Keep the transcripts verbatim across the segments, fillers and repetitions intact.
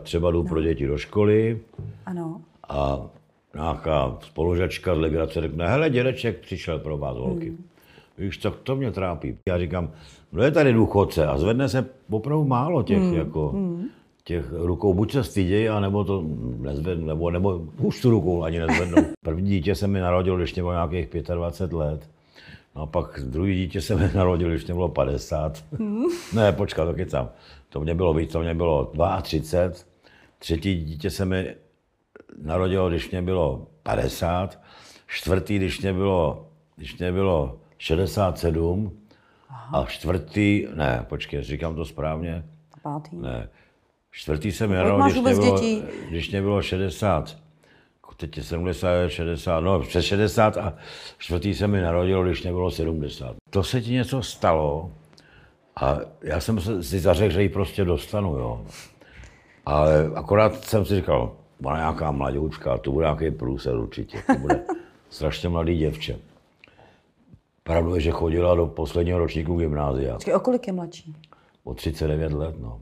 Třeba jdu no. pro děti do školy ano. a nějaká spolužačka z legrace řekne, hele, dědeček přišel pro vás holky. Hmm. Víš, tak to mě trápí. Já říkám, no je tady důchodce a zvedne se opravdu málo těch, hmm. jako, hmm. těch rukou. Buď se stydějí, anebo to nezvednou, nebo, nebo už tu rukou ani nezvednou. První dítě se mi narodilo, když mě bylo nějakých dvacet pět let. No a pak druhý dítě se mi narodilo, když mě bylo padesát. Hmm. Ne, počkat, to kecám. To mě bylo víc, to mě bylo třicet dva. Třetí dítě se mi narodilo, když mě bylo padesát. Čtvrtý, když mě bylo, když mě bylo šedesát sedm. Aha. A čtvrtý, ne, počkej, říkám to správně. Pátý. Ne. Čtvrtý se mi narodilo, když mě bylo, když mě bylo šedesát. Teď je sedmdesát, šedesát, no přes šedesát a čtvrtý se mi narodilo, když mě bylo sedmdesát. To se ti něco stalo a já jsem si zařekl, že ji prostě dostanu, jo. Ale akorát jsem si říkal, ona nějaká mladoučka, to bude nějaký průser určitě, to bude strašně mladý děvče. Pravdu je, že chodila do posledního ročníku gymnázia. O kolik je mladší? O třicet devět let, no.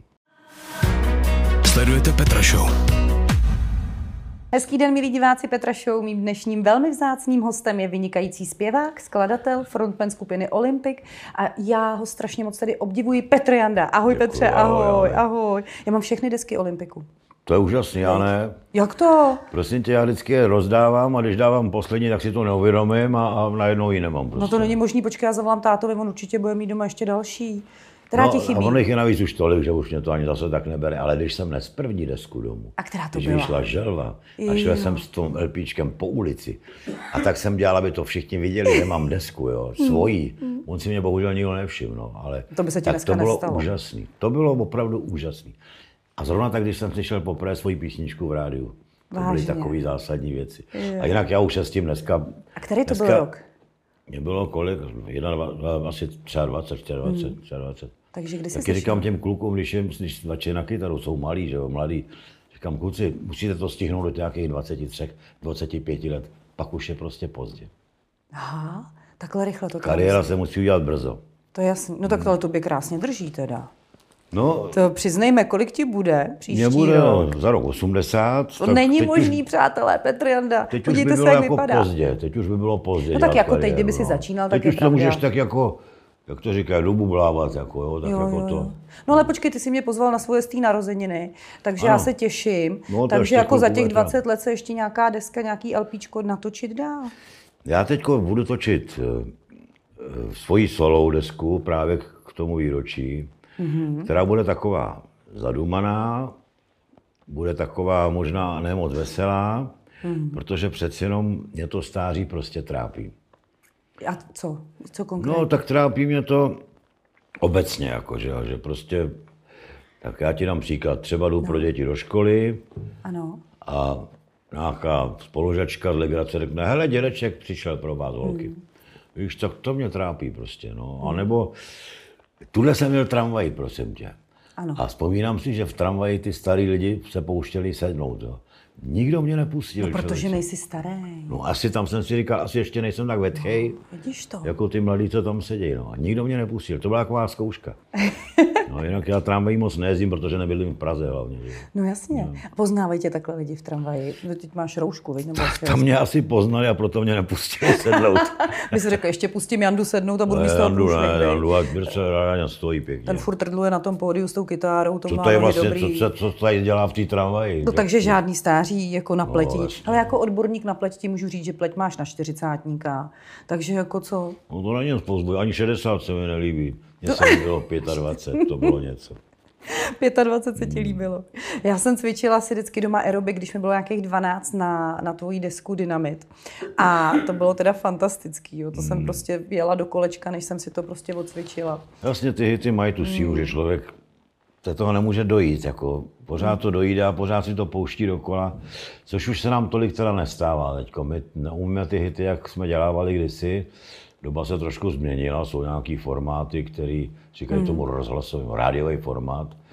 Sledujete Petra Show. Hezký den, milí diváci Petra Show. Mým dnešním velmi vzácným hostem je vynikající zpěvák, skladatel, frontman skupiny Olympik a já ho strašně moc tady obdivuji. Petr Janda. Ahoj. Děkuji, Petře, ahoj, ahoj, ahoj. Já mám všechny desky Olympiku. To je úžasný, já ne. Jak to? Prosím tě, já vždycky je rozdávám a když dávám poslední, tak si to neuvědomím a, a najednou ji nemám. Prostě. No to není možný, počkej, já zavolám tátovi, on určitě bude mít doma ještě další. Která no, ti chybí? A ono jich je navíc už tolik, že už mě to ani zase tak nebere, ale když jsem nes první desku domů, a která to když byla? vyšla Želva a šel jsem s tím LPčkem po ulici a tak jsem dělal, aby to všichni viděli, že mám desku, jo, svojí. Mm. On si mě bohužel nikdo nevšiml, no, ale to by se ti tak dneska to bylo nestalo. úžasný. To bylo opravdu úžasný. A zrovna tak, když jsem slyšel poprvé svoji písničku v rádiu, to Vážně. byly takové zásadní věci. Je. A jinak já už se s tím dneska... A který to dneska, byl rok? Mě bylo kolik? jednadvacet, asi dvacet tři, dvacet, mm. dvacet. Takže kdy jsi Taky říkám těm klukům, když jim když začínají na kytaru, jsou malí, že jo, mladí, říkám, kluci, musíte to stihnout do nějakých dvacet tři, dvacet pět let, pak už je prostě pozdě. Aha, takhle rychle to Kariéra se musí udělat brzo. To je jasný. No tak tohle tobě krásně drží teda. No, to přiznejme, kolik ti bude příští mě bude rok? za rok osmdesát. To není možný, už, přátelé, Petr Janda. Teď Podívejte už by se, bylo jak jako vypadá. pozdě, teď už by bylo pozdě. No tak jako kariéru, teď, kdyby no. si začínal, teď tak je už to pravda. můžeš tak jako, jak to říkají, dobu blávat, jako jo, tak jo, jako jo, to. Jo. No ale počkej, ty jsi mě pozval na svoje stý narozeniny, takže ano. Já se těším. No, takže jako za těch dvacet let se ještě nějaká deska, nějaký LPčko natočit dá. Já teď budu točit svoji solou desku právě k tomu výročí, mm-hmm. která bude taková zadumaná, bude taková možná ne moc veselá, mm-hmm. protože přeci jenom mě to stáří prostě trápí. A co? Co konkrétně? No tak trápí mě to obecně, jako, že, že prostě, tak já ti dám příklad, třeba jdu no. pro děti do školy ano. a nějaká spolužačka z legrace řekne, hele, dědeček přišel pro vás holky. Mm. Víš, tak to mě trápí prostě, no. Mm. A nebo tuhle jsem měl tramvaj, prosím tě. Ano. A vzpomínám si, že v tramvaji ty starý lidi se pouštěli sednout, jo. Nikdo mě nepustil. No, protože člověče. nejsi starý. No asi tam jsem si říkal, asi ještě nejsem tak vetchej, no, vidíš to. jako ty mladí, co tam sedějí. No. A nikdo mě nepustil, to byla taková zkouška. No jinak já tramvají moc nejezdím, protože nebydlím v Praze hlavně. Že? No jasně. No. A poznávají tě takhle lidi v tramvaji. Teď máš roušku, viď? Nebo tam mě asi poznali a proto mě nepustili sednout. By si řekl, ještě pustím Jandu sednout a budu ne, mít z toho Jandu, průšvih, ne, Jandu, ať se ráda stojí pěkně. Ten furt trdluje na tom pódiu s tou kytárou, to co má to je vlastně, dobrý. Co, co, co tady dělá v té tramvaji? No takže žádný stáří jako na pleti. No, ale jako odborník na pleť ti můžu říct, že pleť máš na čtyřicátníka. Takže jako co? No to není pozbuj, ani šedesát se mi nelíbí. Mně se líbilo dvacet pět, to bylo něco. dvacet pět se ti líbilo. Já jsem cvičila si vždycky doma aerobik, když mi bylo nějakých dvanáct na, na tvojí desku Dynamit. A to bylo teda fantastický. Jo. To hmm. jsem prostě jela do kolečka, než jsem si to prostě odcvičila. Vlastně ty hity mají tu sílu, hmm. že člověk se toho nemůže dojít. Jako pořád to dojídá, pořád si to pouští dokola, což už se nám tolik teda nestává teďko. My neumíme ty hity, jak jsme dělávali kdysi. Doba se trošku změnila, jsou nějaký formáty, které říkají hmm. tomu rozhlasový, rádiový formát.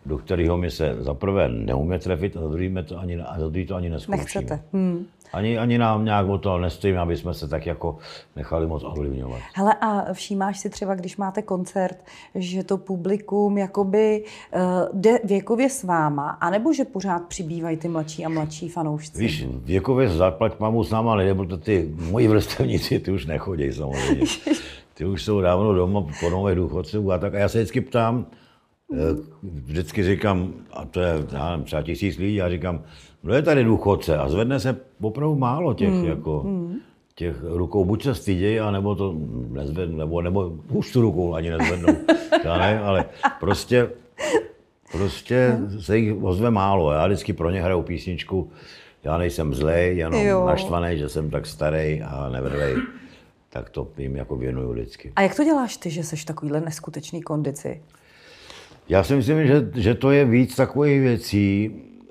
do kterého mi se za prvé neumí trefit a za druhý to ani, a za druhý to ani neskoušíme. Nechcete. Hmm. Ani, ani nám nějak o to nestojíme, aby jsme se tak jako nechali moc ovlivňovat. Hele, a všímáš si třeba, když máte koncert, že to publikum jakoby uh, jde věkově s váma, anebo že pořád přibývají ty mladší a mladší fanoušci? Víš, věkově zaplať mamu s náma nejde, protože ty moji vrstevníci, ty už nechodí samozřejmě. Ty už jsou dávno doma po nových důchodců a tak. A já se vždycky ptám, vždycky říkám, a to je já nevím, třeba tisíc lidí, já říkám, no je tady důchodce a zvedne se opravdu málo těch, hmm. jako, těch rukou, buď se stydějí, anebo to nezvednou, nebo, nebo už tu rukou ani nezvednou, já nevím, ale prostě, prostě se jich ozve málo. Já vždycky pro ně hraju písničku, já nejsem zlej, jenom jo. naštvaný, že jsem tak starý a nevrlej. Tak to jim jako věnuju vždycky. A jak to děláš ty, že jsi v takovýhle neskutečný kondici? Já si myslím, že, že to je víc takových věcí.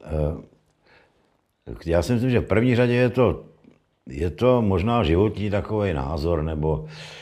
Já si myslím, že v první řadě je to, je to možná životní takový názor, nebo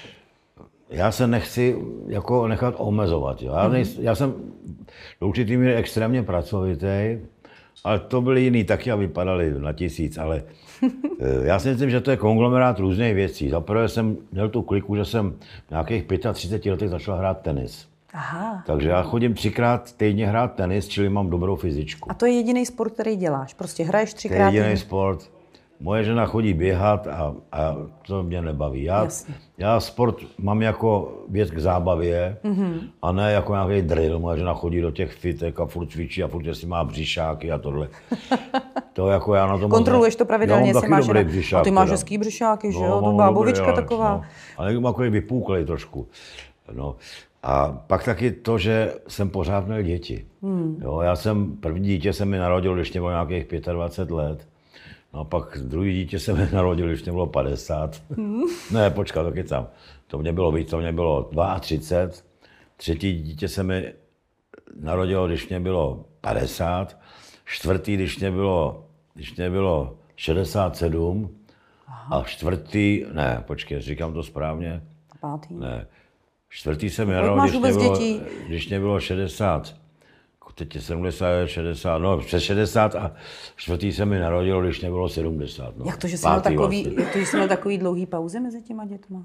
já se nechci jako nechat omezovat. Jo. Já, nejsem, já jsem do určitý míry extrémně pracovitý, ale to byly jiný taky a vypadali na tisíc, ale já si myslím, že to je konglomerát různých věcí. Za prvé jsem měl tu kliku, že jsem v nějakých třiceti pěti letech začal hrát tenis. Aha. Takže já chodím třikrát týdně hrát tenis, čili mám dobrou fyzičku. A to je jediný sport, který děláš? Prostě hraješ třikrát? To je jediný sport. Moje žena chodí běhat a, a to mě nebaví. Já, já sport mám jako věc k zábavě mm-hmm. a ne jako nějaký drill. Moje žena chodí do těch fitek a furt cvičí a furt si má břišáky a tohle. To jako já na tom kontroluješ to pravidelně, já mám máš dobrý břišák, a ty máš teda. hezký břišáky, že no, jo? To bábovička dobrý, taková. No. Ale mám takový vypůklej trošku. No. A pak taky to, že jsem pořád měl děti. Hmm. Jo, já jsem, první dítě se mi narodil, když mě bylo nějakých dvacet pět let. No a pak druhý dítě se mi narodil, když mě bylo padesát. Hmm. Ne, počkat, to kecám. To mě bylo víc, to mě bylo třicet dva. Třetí dítě se mi narodilo, když mě bylo padesát. Čtvrtý, když mě bylo, když mě bylo šedesát sedm. Aha. A čtvrtý, ne, počkej, říkám to správně. Pátý. Ne. Čtvrtý se mi narodil, když mě bylo, když mě bylo šedesát. Teď je sedmdesát, šedesát, no přes šedesát a čtvrtý se mi narodilo, když mě bylo sedmdesát. No. Jak to, že jsi měl takový, vlastně. jak to, že jsi měl takový dlouhý pauzy mezi těma dětma?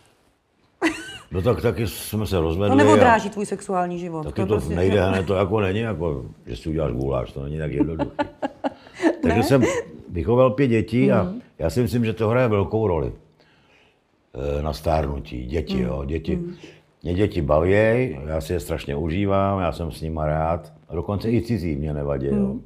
No tak taky jsme se rozvedli. To neodráží tvůj sexuální život. Taky to, to prostě nejde hned, to jako není, jako, že si uděláš guláš, to není tak jednoduché. Takže jsem vychoval pět dětí mm. a já si myslím, že to hraje velkou roli na stárnutí. Děti, mm. jo, děti. Mm. Mě děti baví, já si je strašně užívám, já jsem s nima rád. A dokonce i cizí mě nevadí. Mm. Jo.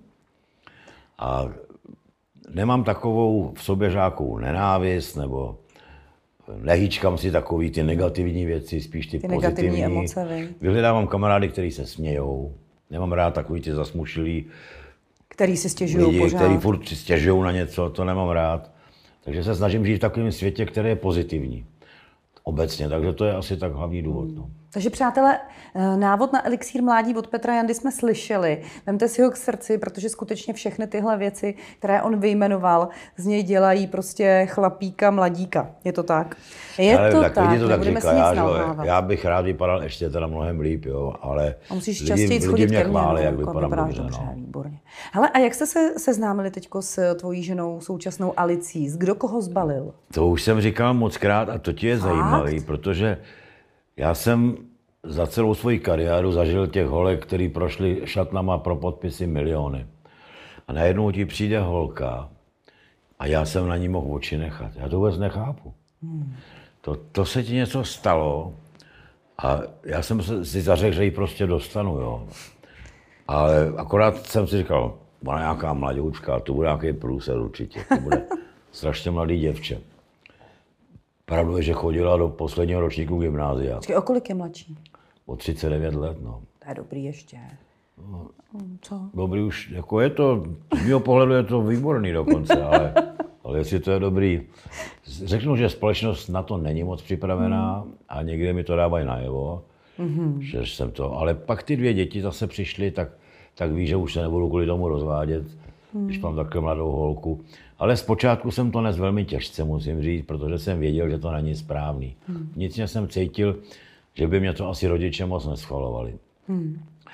A nemám takovou v sobě žákou nenávist, nebo nehýčkám si takový ty negativní věci, spíš ty, ty pozitivní. Negativní emoce, vy. Vyhledávám kamarády, kteří se smějou. Nemám rád takový ty zasmušilí který si stěžují lidi, pořád. Který furt si stěžují na něco, to nemám rád. Takže se snažím žít v takovém světě, který je pozitivní. Obecně, takže to je asi tak hlavní důvod. No. Takže přátelé, návod na elixír mládí od Petra Jandy jsme slyšeli. Vemte si ho k srdci, protože skutečně všechny tyhle věci, které on vyjmenoval, z něj dělají prostě chlapíka, mladíka. Je to tak? Je ale to tak, tak, to tak nebudeme říká, si nic já, nalhávat. Já bych rád vypadal ještě teda mnohem líp, jo, ale a musíš lidi, častěji lidi chodit mě ke mně, chválí, no, jak vypadám dobře. dobře No. Výborně. Hele, a jak jste se seznámili teďko s tvojí ženou současnou Alicí? Kdo koho zbalil? To už jsem říkal mockrát a to ti je zajímavý, protože já jsem za celou svoji kariéru zažil těch holek, který prošli šatnama pro podpisy miliony. A najednou ti přijde holka a já jsem na ní mohl oči nechat. Já to vůbec nechápu. Hmm. To, to se ti něco stalo a já jsem si zařekl, že ji prostě dostanu, jo. Ale akorát jsem si říkal, ona nějaká mladoučka, to bude nějaký průser určitě, to bude strašně mladý děvče. Pravdu je, že chodila do posledního ročníku gymnázia. O kolik je mladší? O třicet devět let, no. To je dobrý ještě. No, co? Dobrý už, jako je to, z mého pohledu je to výborný dokonce, ale, ale jestli to je dobrý. Řeknu, že společnost na to není moc připravená mm. a někde mi to dávají najevo, mm-hmm. že jsem to, ale pak ty dvě děti zase přišly, tak, tak ví, že už se nebudu kvůli tomu rozvádět, mm. když mám takovou mladou holku. Ale zpočátku jsem to nes velmi těžce, musím říct, protože jsem věděl, že to není správný. Hmm. Vnitřně jsem cítil, že by mě to asi rodiče moc neschvalovali. Hmm.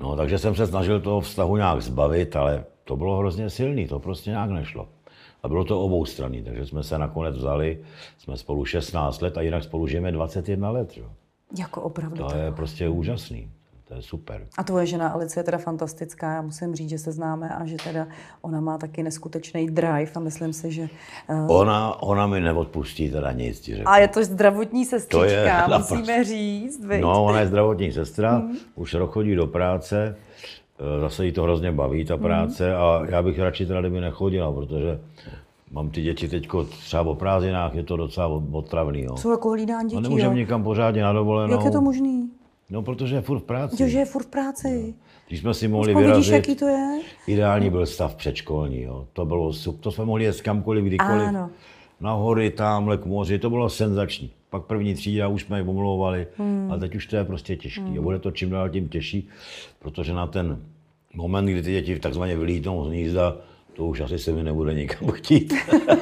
No, takže jsem se snažil toho vztahu nějak zbavit, ale to bylo hrozně silný, to prostě nějak nešlo. A bylo to oboustranný, takže jsme se nakonec vzali, jsme spolu šestnáct let a jinak spolu žijeme dvacet jedna let. Jo. Jako opravdu. To je prostě úžasný. To je super. A tvoje žena Alice je teda fantastická, já musím říct, že se známe a že teda ona má taky neskutečný drive a myslím si, že... Uh... Ona, ona mi neodpustí teda nic, ti řeknu. A je to zdravotní sestřička, to je, musíme říct. Viď? No, ona je zdravotní sestra, mm. už rok chodí do práce, zase jí to hrozně baví, ta práce, mm. a já bych radši teda, kdyby nechodila, protože mám ty děti teďko třeba o prázdninách, je to docela otravný. Jo. Jsou jako hlídání dětí, no, nemůžeme nikam pořádně na dovolenou. Jak je to možný? No, protože je furt v práci. Jo, že je furt v práci. No. Když jsme si mohli Vidíš, vyrazit, jaký to je? Ideální byl stav předškolní. Jo. To bylo super, to jsme mohli jet kamkoliv, kdykoliv. Ano. Na hory, tamhle k moři, to bylo senzační. Pak první třída už jsme ji omlouvali, hmm. ale teď už to je prostě těžký. Hmm. A bude to čím dál tím těžší, protože na ten moment, kdy ty děti takzvaně vylítnou z hnízda, to už asi se mi nebude nikam chtít.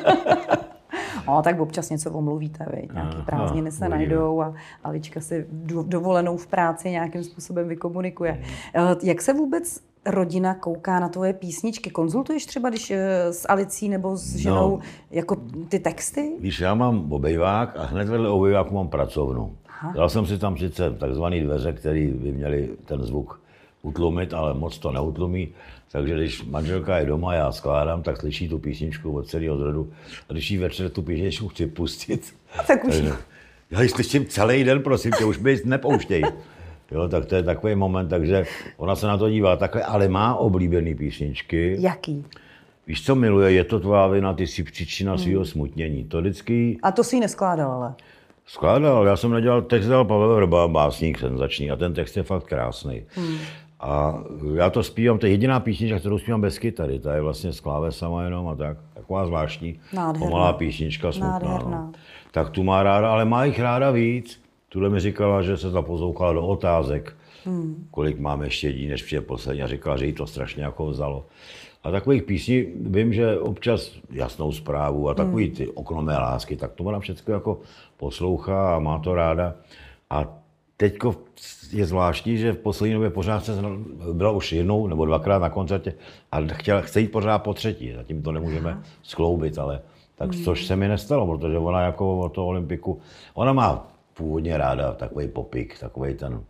No, tak občas něco omluvíte, viď? Nějaké prázdniny se najdou a Alička si dovolenou v práci nějakým způsobem vykomunikuje. Jak se vůbec rodina kouká na tvoje písničky? Konzultuješ třeba když s Alicí nebo s ženou no, jako ty texty? Víš, já mám obejvák a hned vedle obejváku mám pracovnu. Aha. Dal jsem si tam sice takzvaný dveře, které by měly ten zvuk utlumit, ale moc to neutlumí. Takže když manželka je doma, já skládám, tak slyší tu písničku od celého zrodu. A když jí večer tu písničku chci pustit, tak už... takže, já ji slyším celý den, prosím tě, už mi nepouštěj. Jo, tak to je takový moment, takže ona se na to dívá takhle, ale má oblíbený písničky. Jaký? Víš, co miluje? Je to tvá vina, ty jsi příčina hmm. svého smutnění. To vždycky... A to si ji neskládal, ale? Skládal, já jsem nedělal, text dal Pavel Vrba, básník senzační a ten text je fakt krásný. Hmm. A já to zpívám, to je jediná písnička, kterou zpívám bez kytary, ta je vlastně s klávesama jenom a tak, taková zvláštní, nádherná. Pomalá písnička, smutná. No. Tak tu má ráda, ale má jich ráda víc. Tuhle mi říkala, že se zapozoukala do otázek, hmm. kolik máme štědí, než přijde poslední, a říkala, že jí to strašně jako vzalo. A takových písní vím, že občas Jasnou zprávu a takový ty Okno mé lásky, tak to ona všechno jako poslouchá a má to ráda. A teďko je zvláštní, že v poslední době pořád se byla už jednou nebo dvakrát na koncertě a chtěla, chce jít pořád po třetí. Zatím to nemůžeme Aha. skloubit, ale tak, hmm. což se mi nestalo, protože ona jako o toho olympiku, ona má původně ráda takový popik, takový ten,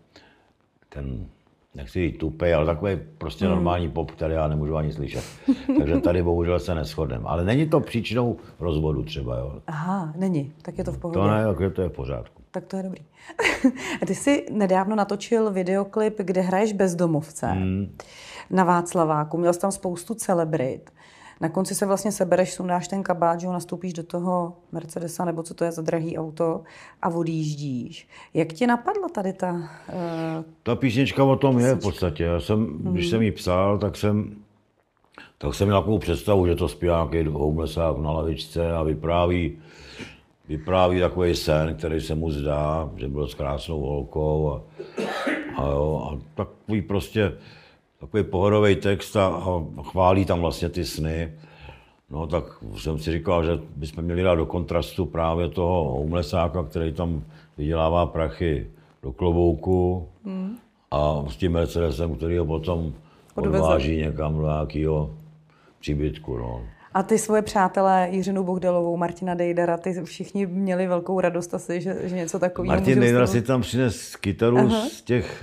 ten nechci jít tupej, ale takový prostě hmm. normální pop, který já nemůžu ani slyšet. Takže tady bohužel se neshodneme. Ale není to příčinou rozvodu třeba, jo? Aha, není, tak je to v pohodě. To ne, tak to je v pořádku. Tak to je dobrý. Ty jsi nedávno natočil videoklip, kde hraješ bezdomovce hmm. na Václaváku. Měl jsi tam spoustu celebrit. Na konci se vlastně sebereš, sundáš ten kabát, že nastoupíš do toho Mercedesa, nebo co to je za drahý auto a odjíždíš. Jak tě napadla tady ta... Uh, ta písnička o tom písnička. Je v podstatě. Já jsem, hmm. Když jsem ji psal, tak jsem, tak jsem měl takovou představu, že to zpívá nějaký homelessák na lavičce a vypráví, vypráví takový sen, který se mu zdá, že byl s krásnou holkou a, a, jo, a takový prostě takový pohodový text a, a chválí tam vlastně ty sny. No tak jsem si říkal, že bychom měli dát do kontrastu právě toho homelessáka, který tam vydělává prachy do klobouku hmm. a s tím Mercedesem, který ho potom odváží někam do nějakého příbytku. No. A ty svoje přátelé, Jiřinu Bohdalovou, Martina Dejdara, ty všichni měli velkou radost asi, že, že něco takového můžou Martin Dejdar si tam přines kytaru Aha. z těch,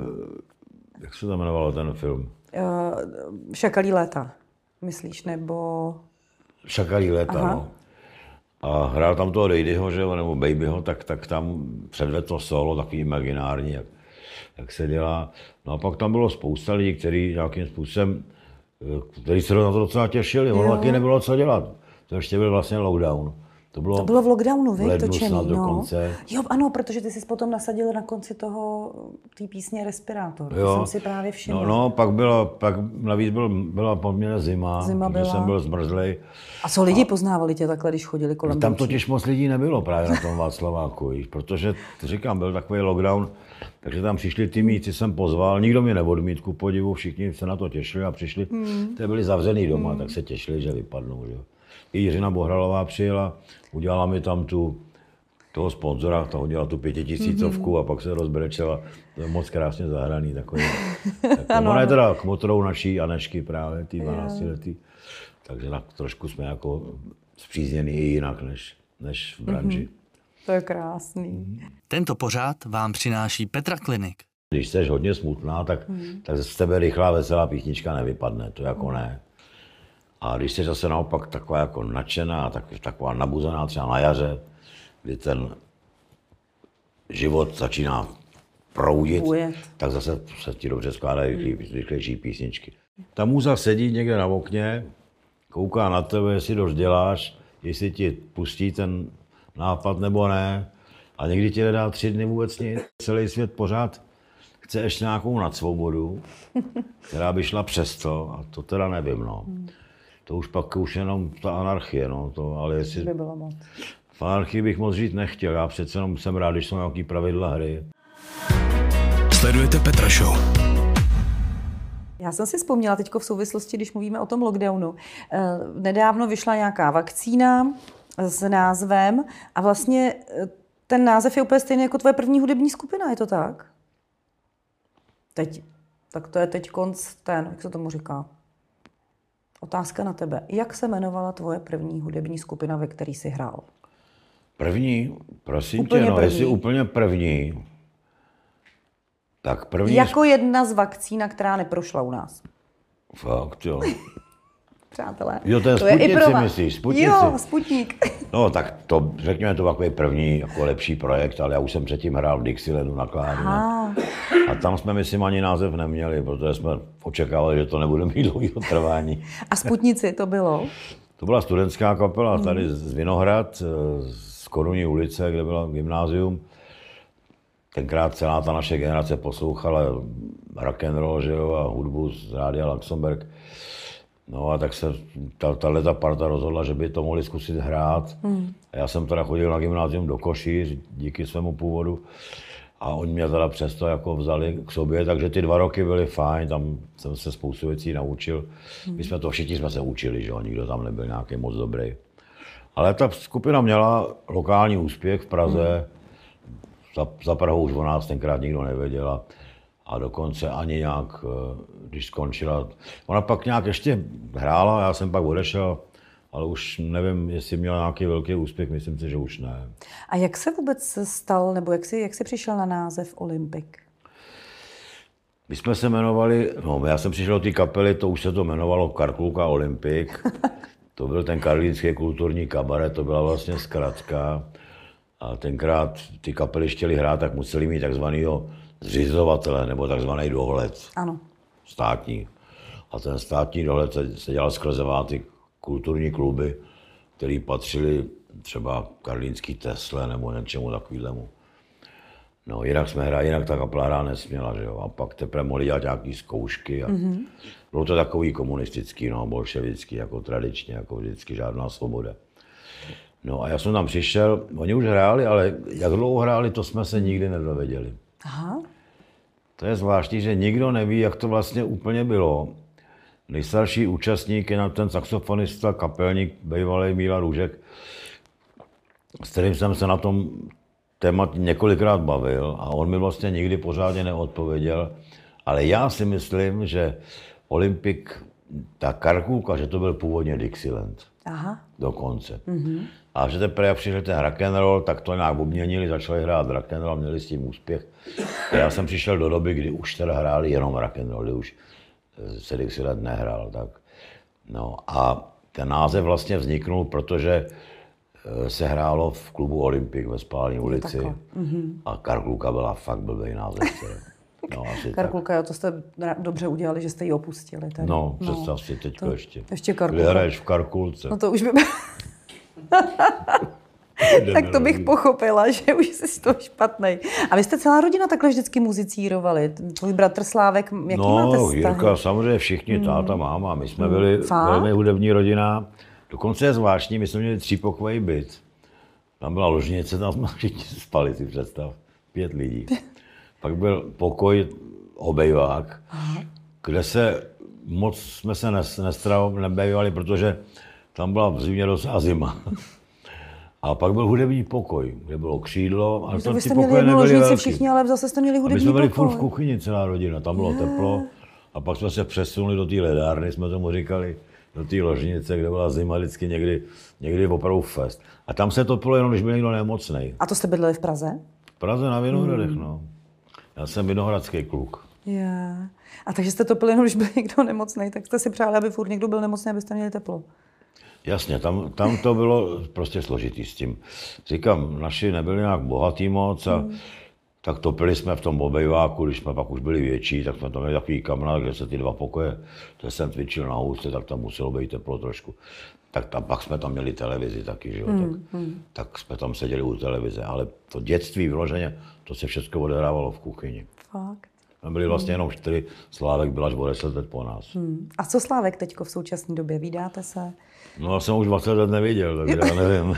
jak se to jmenovalo ten film? Uh, Šakalí léta, myslíš, nebo... Šakalí léta, Aha. no. A hrál tam toho Dejdyho, že, nebo Babyho, tak, tak tam předvedl to solo, takový imaginární, jak, jak se dělá. No a pak tam bylo spousta lidí, kteří nějakým způsobem, kteří se na to docela těšili, ono taky nebylo co dělat. To ještě byl vlastně lockdown. To bylo, to bylo v lockdownu, vy, točený, no. Dokonce. Jo, ano, protože ty jsi potom nasadil na konci toho, té písně Respirátor. Jo. To jsem si právě všiml. No, no, pak byla, pak navíc byl, byla poměrně zima, zima byla. Jsem byl zmrzlej. A co lidi a... poznávali tě takhle, když chodili kolem? Tam totiž moc lidí nebylo právě na tom Václaváku, víš, protože, říkám, byl takový lockdown, takže tam přišli ty míci, jsem pozval, nikdo mě neodmít, ku podivu, všichni se na to těšili a přišli, hmm. ty byli zavřený doma, hmm. tak se těšili, že vypadnou, že? I Jiřina Bohdalová přijela, udělala mi tam tu, toho sponzora, to hodila tu pětitisícovku mm-hmm. a pak se rozbrečela. To je moc krásně zahraný takový. Tak, ona je teda kmotrou naší Anešky právě, tý dvanáctiletý. Takže tak trošku jsme jako spřízněný i jinak než, než v branži. Mm-hmm. To je krásný. Tento pořad vám přináší Petra Klinik. Když jsi hodně smutná, tak, mm. tak z tebe rychlá veselá písnička nevypadne, to jako ne. A když jsi zase naopak taková jako nadšená, tak, taková nabuzená třeba na jaře, kdy ten život začíná proudit, Ujet. tak zase se ti dobře skládají rychlejší písničky. Ta muza sedí někde na okně, kouká na tebe, jestli dost děláš, jestli ti pustí ten nápad nebo ne. A někdy ti nedá tři dny vůbec nic. Celý svět pořád chce ještě nějakou nadsvobodu, která by šla přes to, a to teda nevím, no. To už pak už jenom ta anarchie, no, to, ale jestli... by bylo moc. V anarchii bych moc žít nechtěl, já přece jenom jsem rád, když jsou nějaký pravidla hry. Sledujete Petra Show. Já jsem si vzpomněla teď v souvislosti, když mluvíme o tom lockdownu. Nedávno vyšla nějaká vakcína s názvem a vlastně ten název je úplně stejný jako tvoje první hudební skupina, je to tak? Teď. Tak to je teď konc ten, jak se tomu říká. Otázka na tebe. Jak se jmenovala tvoje první hudební skupina, ve které jsi hrál? První? Prosím úplně tě, no, první. jestli úplně první, tak první... Jako jedna z vakcína, která neprošla u nás. Fakt, jo. Přátelé. Jo, ten to je i pro si vás. myslíš, Sputnici. Jo, Sputnik. No, tak to, řekněme, to takový první, jako lepší projekt, ale já už jsem předtím hrál v Dixielandu na kláru. A tam jsme, myslím, ani název neměli, protože jsme očekávali, že to nebude mít dlouhého trvání. A Sputnici to bylo? To byla studentská kapela tady z Vinohrad, z Korunní ulice, kde byla gymnázium. Tenkrát celá ta naše generace poslouchala rock and roll, že jo, a hudbu z rádia Luxemburg. No a tak se ta, tato parta rozhodla, že by to mohli zkusit hrát. Hmm. A já jsem teda chodil na gymnázium do Košíř díky svému původu. A oni mě teda přesto jako vzali k sobě, takže ty dva roky byly fajn, tam jsem se spoustu věcí naučil. Hmm. My jsme to všichni jsme se učili, že jo, nikdo tam nebyl nějaký moc dobrý. Ale ta skupina měla lokální úspěch v Praze. Hmm. Za, za Prahou už o nás tenkrát nikdo nevěděl. A dokonce ani nějak, když skončila, ona pak nějak ještě hrála, já jsem pak odešel, ale už nevím, jestli měla nějaký velký úspěch, myslím si, že už ne. A jak se vůbec stal, nebo jak jsi, jak jsi přišel na název Olympik? My jsme se jmenovali, no já jsem přišel do té kapely, to už se to jmenovalo Karkulka Olympik. To byl ten karlínský kulturní kabaret, to byla vlastně zkratka. A tenkrát ty kapely chtěli hrát, tak museli mít takzvanýho zřizovatele nebo takzvaný dohled. Ano. Státní. A ten státní dohled se, se dělal skrze ty kulturní kluby, které patřily třeba karlínský Tesle nebo něčemu takovému. No, jinak jsme hráli, jinak ta kapela hrát nesměla, že jo. A pak teprve mohli dělat nějaké zkoušky. A mm-hmm. Bylo to takový komunistický, no, bolševický, jako tradičně, jako vždycky, žádná svoboda. No a já jsem tam přišel, oni už hráli, ale jak dlouho hráli, to jsme se nikdy nedověděli. Aha. To je zvláštní, že nikdo neví, jak to vlastně úplně bylo. Nejstarší účastník je ten saxofonista, kapelník, bývalý Míla Růžek, s kterým jsem se na tom tématu několikrát bavil a on mi vlastně nikdy pořádně neodpověděl. Ale já si myslím, že Olympik, ta Karkulka, že to byl původně Dixieland. Aha. Dokonce. Mm-hmm. A že teprve, jak přišel ten rock and roll, tak to nějak obměnili, začali hrát rock and roll, měli s tím úspěch. A já jsem přišel do doby, kdy už teda hráli jenom rock and roll, kdy už se Dixieland nehrál. Tak. No a ten název vlastně vzniknul, protože se hrálo v klubu Olympik ve Spální ulici. Mm-hmm. A Karkulka byla fakt blbý název. No, Karkulka, jo, to jste dobře udělali, že jste ji opustili. Tady. No, představ si teďko to, ještě. Ještě Karkulka. Kdy hraješ v Karkulce. No to už by... Tak to bych pochopila, že už jsi z toho špatnej. A vy jste celá rodina takhle vždycky muzicírovali? Tvůj bratr Slávek, jaký no, máte vztahy? No, Jirka, samozřejmě všichni, hmm. táta, máma. My jsme byli hmm. velmi hudební rodina. Dokonce je zvláštní, my jsme měli třípokojový byt. Tam byla ložnice, tam jsme všichni spali, si představ. Pět lidí. Pak byl pokoj, obejvák, aha. kde se moc jsme se nebejvali, protože tam byla v zimě dost a zima. A pak byl hudební pokoj, kde bylo křídlo. A To to vy ty jste měli pokoje jednu nebyly ložnici velký. všichni, ale zase jste měli A my hudební jsme byli pokoj. furt v kuchyni, celá rodina, tam bylo teplo. A pak jsme se přesunuli do té ledárny, jsme tomu říkali, do té ložnice, kde byla zima vždycky někdy, někdy opravdu fest. A tam se topilo jenom, když byl někdo nemocnej. A to jste bydleli v Praze? V Praze na Vinohradech, hmm. no. Já jsem vinohradský kluk. Já. A takže jste topili jenom, když byl někdo nemocný, tak jste si přáli, aby furt někdo byl nemocný, abyste měli teplo. Jasně, tam, tam to bylo prostě složitý s tím. Říkám, naši nebyli nějak bohatý moc a hmm. tak topili jsme v tom obejváku, když jsme pak už byli větší, tak jsme tam měli takový kamna, kde se ty dva pokoje, kde jsem cvičil na housce, tak tam muselo být teplo trošku. Tak tam, pak jsme tam měli televizi taky, že jo, hmm. tak, hmm. tak jsme tam seděli u televize, ale to dětství vyloženě, to se všechno odehrávalo v kuchyni. Fakt. Tam byli vlastně jenom čtyři, Slávek byl až o deset let po nás. Hmm. A co Slávek teďko v současné době? Vídáte se? No já jsem už dvacet let neviděl, takže já nevím.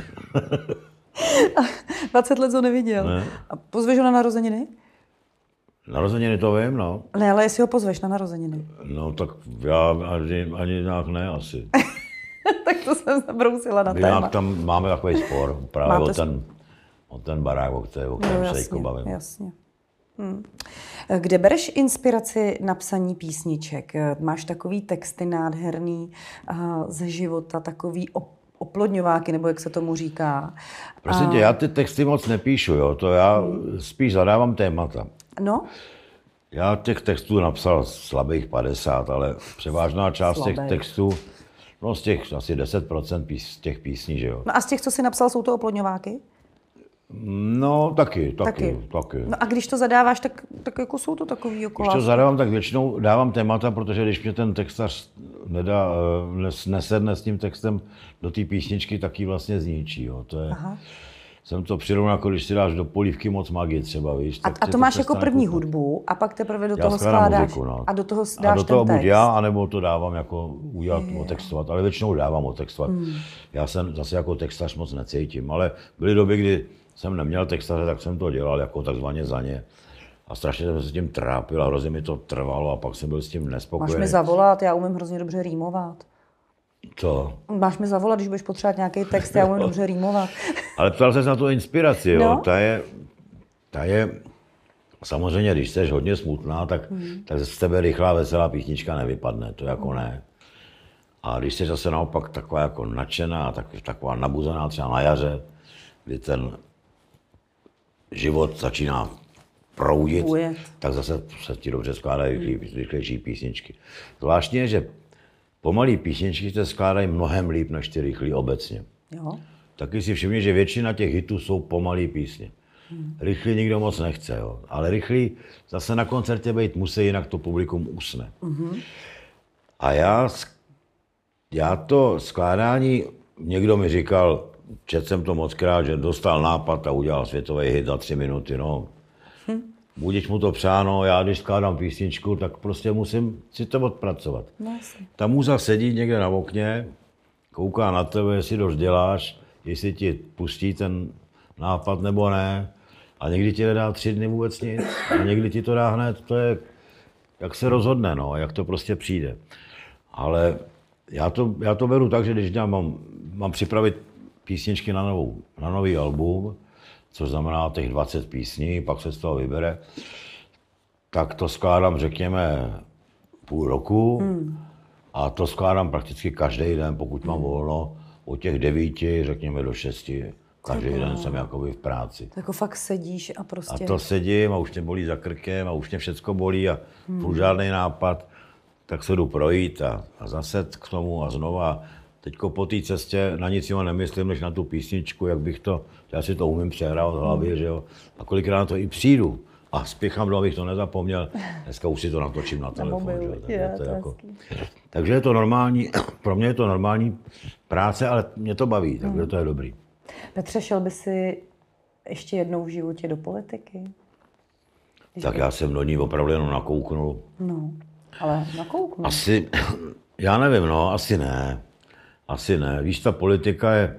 dvacet let to neviděl. Ne. A pozveš ho na narozeniny? Narozeniny to vím, no. Ne, ale jestli ho pozveš na narozeniny. No tak já ani, ani nějak ne asi. Tak to jsem zabrousila na My téma. nějak tam máme takový spor, právě Máte o ten, o ten barák, o kterém, o kterém No, se jasně, bavím. jasně. Hmm. Kde bereš inspiraci na psaní písniček? Máš takový texty nádherný uh, ze života, takový op- oplodňováky, nebo jak se tomu říká. Prosím tě, já ty texty moc nepíšu, jo, to já hmm. spíš zadávám témata. No? Já těch textů napsal slabých padesát, ale převážná část Slabý. těch textů, no z těch asi deset procent pís, těch písní, že jo. No a z těch, co jsi napsal, jsou to oplodňováky? No taky, taky, Taky. taky. No a když to zadáváš, tak, tak jako jsou to takový Když okolásky. to zadávám, tak většinou dávám témata, protože když mě ten textař nedá, nes- nesedne s tím textem do té písničky, tak ji vlastně zničí. Jo. To je, Aha. jsem to přirovnal, jako když si dáš do polívky moc magie třeba, víš. A, tak a tě to máš jako přestane první chutnat. hudbu a pak teprve do Já toho skládám skládáš muziku, no. a do toho dáš A do toho ten buď text. já, anebo to dávám jako udělat, otextovat, ale většinou dávám otextovat. Hmm. Já jsem zase jako textař moc necítím, ale byly doby, kdy jsem neměl textaře, tak jsem to dělal jako takzvaně za ně. A strašně jsem se s tím trápil a hrozně mi to trvalo a pak jsem byl s tím nespokojený. Máš mi zavolat, já umím hrozně dobře rýmovat. Co? Máš mi zavolat, když budeš potřebovat nějaký text, já umím dobře rýmovat. Ale ptal ses na tu inspiraci, jo. No. Ta je, ta je, samozřejmě, když jsi hodně smutná, tak, hmm. tak z tebe rychlá veselá písnička nevypadne, to jako ne. A když jsi zase naopak taková jako nadšená, tak, taková nabuzená třeba na jaře, kdy ten život začíná proudit, Ujet. tak zase se ti dobře skládají rychlejší písničky. Zvláštně je, že pomalý písničky se skládají mnohem líp než ty rychlý obecně. Jo? Taky si všimni, že většina těch hitů jsou pomalý písně. Hmm. Rychlý nikdo moc nechce, jo. Ale rychlý zase na koncertě být musí, jinak to publikum usne. Hmm. A já, já to skládání, někdo mi říkal, četl jsem to mockrát, že dostal nápad a udělal světový hit za tři minuty, no. Hmm. Budiš mu to přáno, já když skládám písničku, tak prostě musím si to odpracovat. No, Ta muza sedí někde na okně, kouká na tebe, jestli dost děláš, jestli ti pustí ten nápad nebo ne. A někdy ti nedá tři dny vůbec nic, a někdy ti to dá hned, to je, jak se rozhodne, no, jak to prostě přijde. Ale já to, já to beru tak, že když já mám, mám připravit písničky na, novou, na nový album, což znamená těch dvacet písní, pak se z toho vybere, tak to skládám, řekněme, půl roku hmm. a to skládám prakticky každý den, pokud mám volno, od těch devíti, řekněme, do šesti. Každý tak, den jsem jakoby v práci. Tak jako fakt sedíš a prostě... A to sedím a už mě bolí za krkem a už mě všecko bolí a hmm. furt žádný nápad, tak se jdu projít a, a zase k tomu a znova. Teďko po té cestě na nic jiného nemyslím, než na tu písničku, jak bych to, já si to umím přehrát v hlavě, hmm. že jo. A kolikrát na to i přijdu a spěchám do, abych to nezapomněl. Dneska už si to natočím na telefon, že jo. Tak je to jako, takže je to normální, pro mě je to normální práce, ale mě to baví, takže hmm. to je dobrý. Petře, šel by si ještě jednou v životě do politiky? Když Tak by... já jsem do ní opravdu jenom nakouknul. No, ale nakouknul. Asi, já nevím, no, asi ne. Asi ne. Víš, ta politika je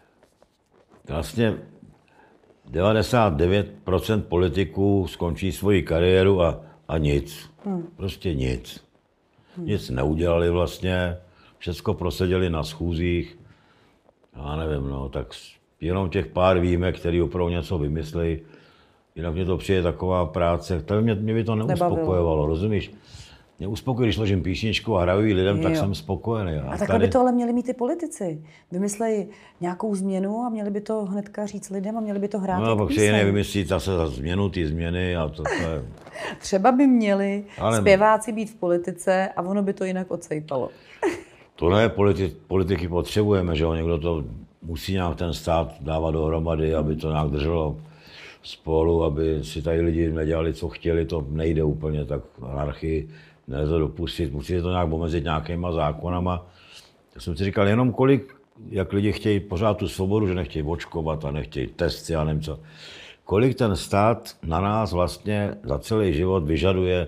vlastně devadesát devět procent politiků skončí svoji kariéru a, a nic. Hmm. Prostě nic. Hmm. Nic neudělali vlastně, všecko proseděli na schůzích. Já nevím, no, tak jenom těch pár výjimek, který opravdu něco vymyslí. Jinak mě to přijde taková práce, to by mě, mě by to neuspokojovalo, rozumíš? Mě uspokojí, když složím písničku a hraju ji lidem, jo. tak jsem spokojený. A, a takhle tady... by to ale měli mít ty politici. Vymyslejí nějakou změnu a měli by to hnedka říct lidem a měli by to hrát. No a pak si jiné vymyslí zase za změnu, ty změny a to, to je... Třeba by měli ale... zpěváci být v politice a ono by to jinak odsejpalo. To ne, politi- politiky potřebujeme, že jo, někdo to musí nějak ten stát dávat dohromady, aby to nějak drželo spolu, aby si tady lidi nedělali, co chtěli, to nejde úplně tak anarchii. Nelze dopustit, musí to nějak omezit nějakýma zákonama. Já jsem si říkal, jenom kolik, jak lidi chtějí pořád tu svobodu, že nechtějí očkovat a nechtějí testy a nevím co. Kolik ten stát na nás vlastně za celý život vyžaduje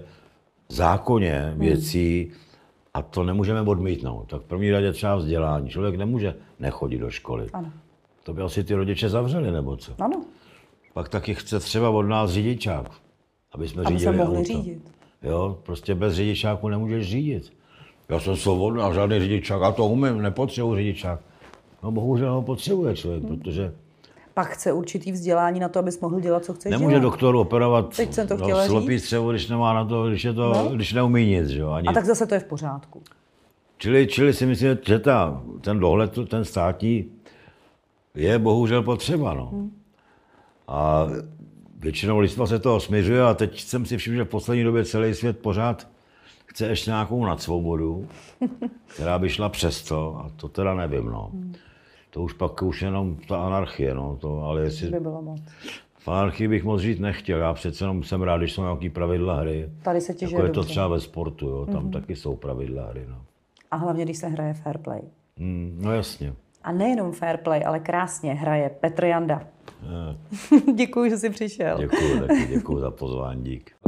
zákonně věcí a to nemůžeme odmítnout. Tak v první řadě třeba vzdělání. Člověk nemůže nechodit do školy. Ano. To by asi ty rodiče zavřeli, nebo co? Ano. Pak taky chce třeba od nás řidičák, aby jsme aby řídili se mohli auto. řídit. Jo, prostě bez řidičáku nemůžeš řídit. Já jsem svobodný a žádný řidičák, já to umím, nepotřebuji řidičák. No bohužel ho potřebuje člověk, hmm. protože... Pak chce určitý vzdělání na to, abys mohl dělat, co chceš nemůže dělat. doktor operovat no, slepý střevo, když nemá na to, když, je to, no. když neumí nic. Jo, ani... A tak zase to je v pořádku. Čili, čili si myslím, že ta, ten dohled, ten státní, je bohužel potřeba. No. Hmm. A většinou lidstva se toho směřuje a teď jsem si všiml, že v poslední době celý svět pořád chce ještě nějakou nadsvobodu, která by šla přes to, a to teda nevím, no. Hmm. To už pak už jenom ta anarchie, no, to, ale jestli... by bylo moc. V anarchii bych moc žít nechtěl, já přece jenom jsem rád, když jsou nějaký pravidla hry. Tady se těží jako je to třeba ve sportu, jo, tam mm-hmm. taky jsou pravidla hry, no. A hlavně, když se hraje fair play. Mm, no jasně. A nejenom fair play, ale krásně hraje Petr Janda. Děkuji, že jsi přišel. Děkuji taky, děkuji za pozvání, dík.